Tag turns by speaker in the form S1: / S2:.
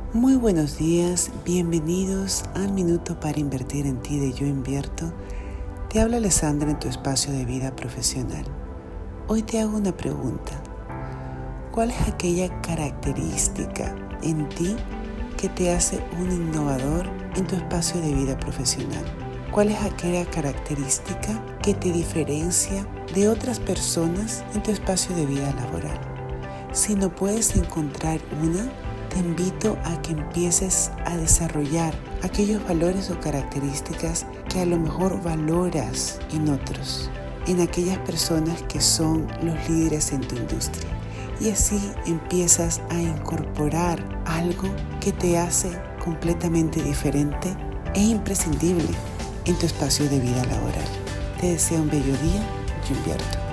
S1: Muy buenos días, bienvenidos al Minuto para Invertir en Ti de Yo Invierto. Te habla Alessandra en tu espacio de vida profesional. Hoy te hago una pregunta. ¿Cuál es aquella característica en ti que te hace un innovador en tu espacio de vida profesional? ¿Cuál es aquella característica que te diferencia de otras personas en tu espacio de vida laboral? Si no puedes encontrar una, te invito a que empieces a desarrollar aquellos valores o características que a lo mejor valoras en otros, en aquellas personas que son los líderes en tu industria. Y así empiezas a incorporar algo que te hace completamente diferente e imprescindible en tu espacio de vida laboral. Te deseo un bello día. Yo invierto.